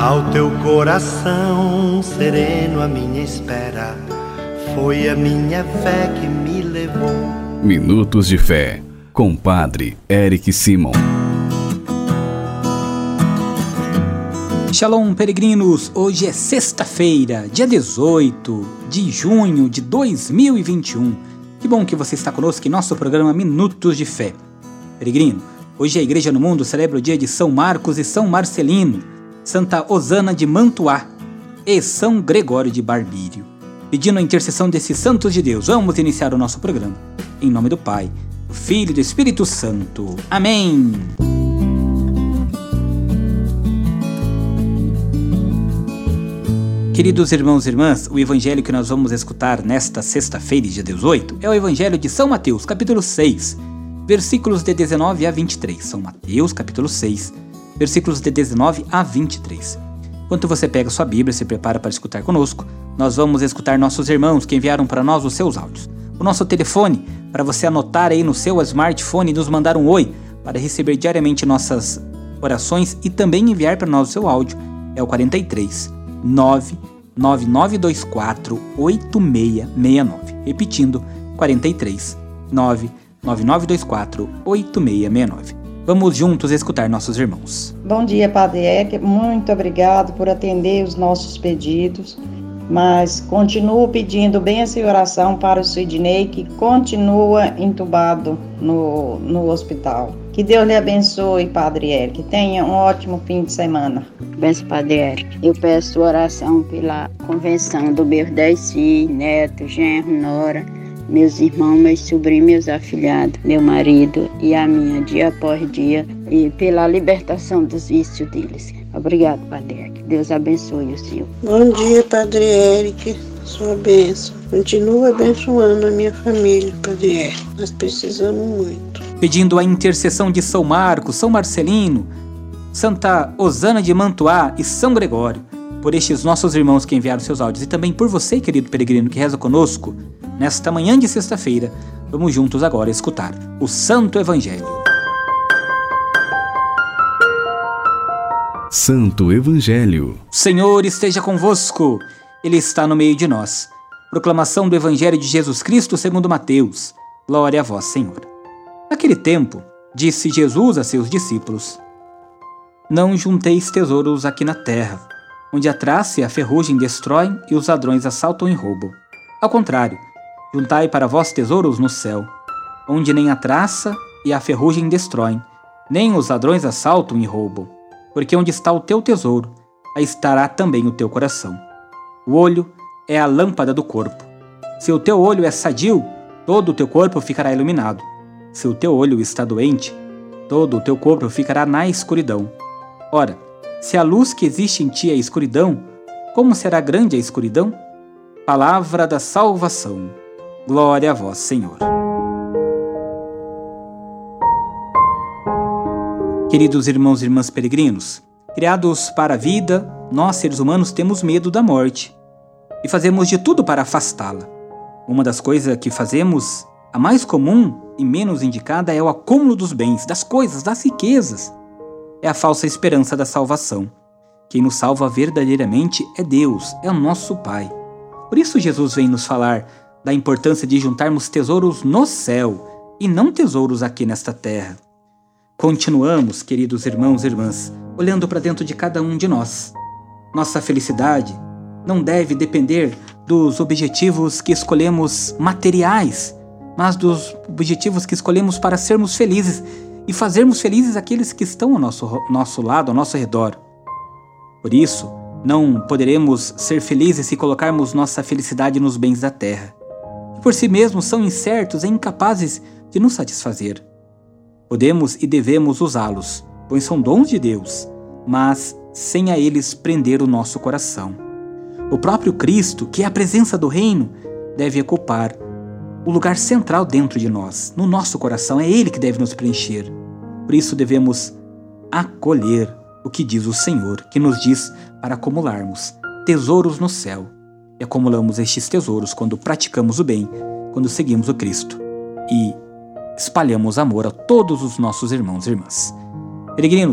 Ao teu coração sereno a minha espera, foi a minha fé que me levou. Minutos de Fé, com Padre Eric Simon. Shalom, peregrinos! Hoje é sexta-feira, dia 18 de junho de 2021. Que bom que você está conosco em nosso programa Minutos de Fé. Peregrino, hoje a Igreja no Mundo celebra o dia de São Marcos e São Marcelino, Santa Osana de Mantuá e São Gregório de Barbírio. Pedindo a intercessão desses santos de Deus, vamos iniciar o nosso programa. Em nome do Pai, do Filho e do Espírito Santo. Amém! Queridos irmãos e irmãs, o evangelho que nós vamos escutar nesta sexta-feira, dia 18, é o evangelho de São Mateus, capítulo 6, versículos de 19 a 23. São Mateus, capítulo 6, versículos de 19 a 23. Enquanto você pega sua Bíblia e se prepara para escutar conosco, nós vamos escutar nossos irmãos que enviaram para nós os seus áudios. O nosso telefone, para você anotar aí no seu smartphone e nos mandar um oi, para receber diariamente nossas orações e também enviar para nós o seu áudio, é o 43 99924 8669. Repetindo, 43 99924 8669. Vamos juntos escutar nossos irmãos. Bom dia, Padre Eric. Muito obrigado por atender os nossos pedidos. Mas continuo pedindo bênção e oração para o Sidney, que continua entubado no hospital. Que Deus lhe abençoe, Padre Eric. Tenha um ótimo fim de semana. Benção, Padre Eric. Eu peço oração pela convenção dos meus 10 filhos, netos, genro, nora, meus irmãos, meus sobrinhos, meus afilhados, meu marido e a minha, dia após dia, e pela libertação dos vícios deles. Obrigado, Padre Eric. Deus abençoe o senhor. Bom dia, Padre Eric. Sua bênção. Continua abençoando a minha família, Padre Eric. Nós precisamos muito. Pedindo a intercessão de São Marcos, São Marcelino, Santa Osana de Mantuá e São Gregório, por estes nossos irmãos que enviaram seus áudios, e também por você, querido peregrino, que reza conosco, nesta manhã de sexta-feira, vamos juntos agora escutar o Santo Evangelho. Santo Evangelho. Senhor esteja convosco, Ele está no meio de nós. Proclamação do Evangelho de Jesus Cristo segundo Mateus. Glória a vós, Senhor. Naquele tempo, disse Jesus a seus discípulos: Não junteis tesouros aqui na terra, onde a traça e a ferrugem destroem e os ladrões assaltam e roubam. Ao contrário, juntai para vós tesouros no céu, onde nem a traça e a ferrugem destroem, nem os ladrões assaltam e roubam. Porque onde está o teu tesouro, aí estará também o teu coração. O olho é a lâmpada do corpo. Se o teu olho é sadio, todo o teu corpo ficará iluminado. Se o teu olho está doente, todo o teu corpo ficará na escuridão. Ora, se a luz que existe em ti é escuridão, como será grande a escuridão? Palavra da salvação. Glória a vós, Senhor. Queridos irmãos e irmãs peregrinos, criados para a vida, nós seres humanos temos medo da morte e fazemos de tudo para afastá-la. Uma das coisas que fazemos, a mais comum e menos indicada, é o acúmulo dos bens, das coisas, das riquezas. É a falsa esperança da salvação. Quem nos salva verdadeiramente é Deus, é o nosso Pai. Por isso Jesus vem nos falar da importância de juntarmos tesouros no céu e não tesouros aqui nesta terra. Continuamos, queridos irmãos e irmãs, olhando para dentro de cada um de nós. Nossa felicidade não deve depender dos objetivos que escolhemos materiais, mas dos objetivos que escolhemos para sermos felizes e fazermos felizes aqueles que estão ao nosso lado, ao nosso redor. Por isso, não poderemos ser felizes se colocarmos nossa felicidade nos bens da terra, que por si mesmos são incertos e incapazes de nos satisfazer. Podemos e devemos usá-los, pois são dons de Deus, mas sem a eles prender o nosso coração. O próprio Cristo, que é a presença do reino, deve ocupar o lugar central dentro de nós, no nosso coração. É Ele que deve nos preencher. Por isso devemos acolher o que diz o Senhor, que nos diz para acumularmos tesouros no céu. E acumulamos estes tesouros quando praticamos o bem, quando seguimos o Cristo e espalhamos amor a todos os nossos irmãos e irmãs. Peregrinos,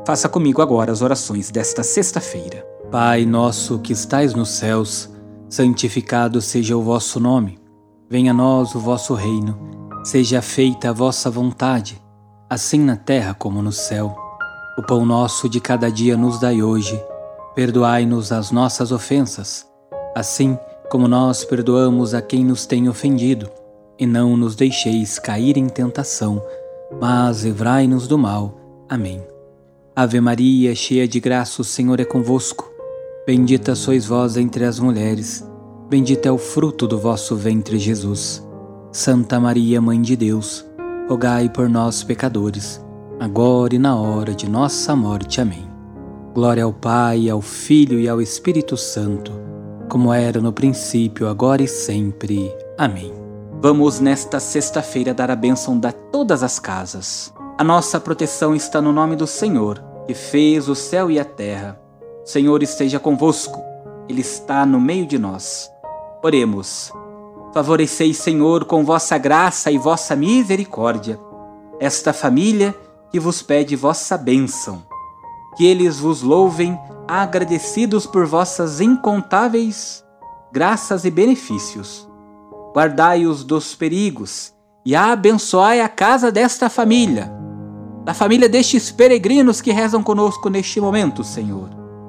Faça comigo agora as orações desta sexta-feira. Pai nosso que estais nos céus, santificado seja o vosso nome. Venha a nós o vosso reino. Seja feita a vossa vontade, assim na terra como no céu. O pão nosso de cada dia nos dai hoje. Perdoai-nos as nossas ofensas, assim como nós perdoamos a quem nos tem ofendido. E não nos deixeis cair em tentação, mas livrai-nos do mal. Amém. Ave Maria, cheia de graça, o Senhor é convosco. Bendita sois vós entre as mulheres, bendito é o fruto do vosso ventre, Jesus. Santa Maria, Mãe de Deus, rogai por nós, pecadores, agora e na hora de nossa morte. Amém. Glória ao Pai, ao Filho e ao Espírito Santo, como era no princípio, agora e sempre. Amém. Vamos nesta sexta-feira dar a bênção de todas as casas. A nossa proteção está no nome do Senhor, que fez o céu e a terra. O Senhor esteja convosco, Ele está no meio de nós. Oremos. Favoreceis, Senhor, com vossa graça e vossa misericórdia, esta família que vos pede vossa bênção. Que eles vos louvem, agradecidos por vossas incontáveis graças e benefícios. Guardai-os dos perigos e abençoai a casa desta família, da família destes peregrinos que rezam conosco neste momento, Senhor.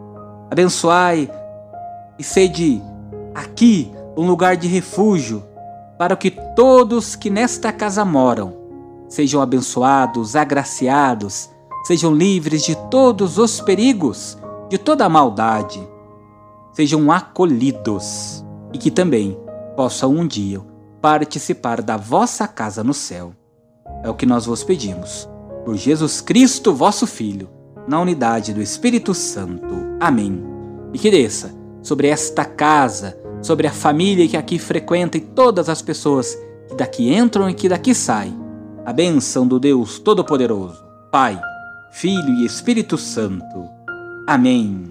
Abençoai e sede aqui um lugar de refúgio para que todos que nesta casa moram sejam abençoados, agraciados, sejam livres de todos os perigos, de toda a maldade, sejam acolhidos e que também possam um dia participar da vossa casa no céu. É o que nós vos pedimos. Por Jesus Cristo, vosso Filho, na unidade do Espírito Santo. Amém. E que desça sobre esta casa, sobre a família que aqui frequenta e todas as pessoas que daqui entram e que daqui saem, a bênção do Deus Todo-Poderoso, Pai, Filho e Espírito Santo. Amém.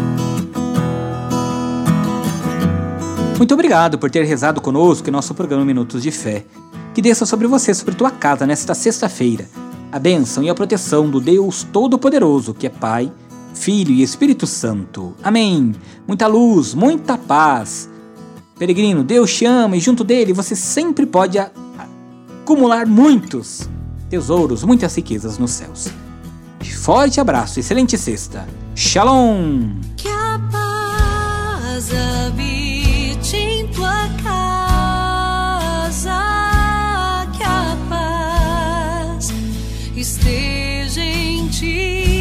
Muito obrigado por ter rezado conosco em nosso programa Minutos de Fé. Que desça sobre você, sobre tua casa, nesta sexta-feira, a bênção e a proteção do Deus Todo-Poderoso, que é Pai, Filho e Espírito Santo. Amém. Muita luz, muita paz. Peregrino, Deus te ama e junto dele você sempre pode acumular muitos tesouros, muitas riquezas nos céus. Forte abraço, excelente sexta. Shalom. Que a paz habite em tua casa, que a paz esteja em ti.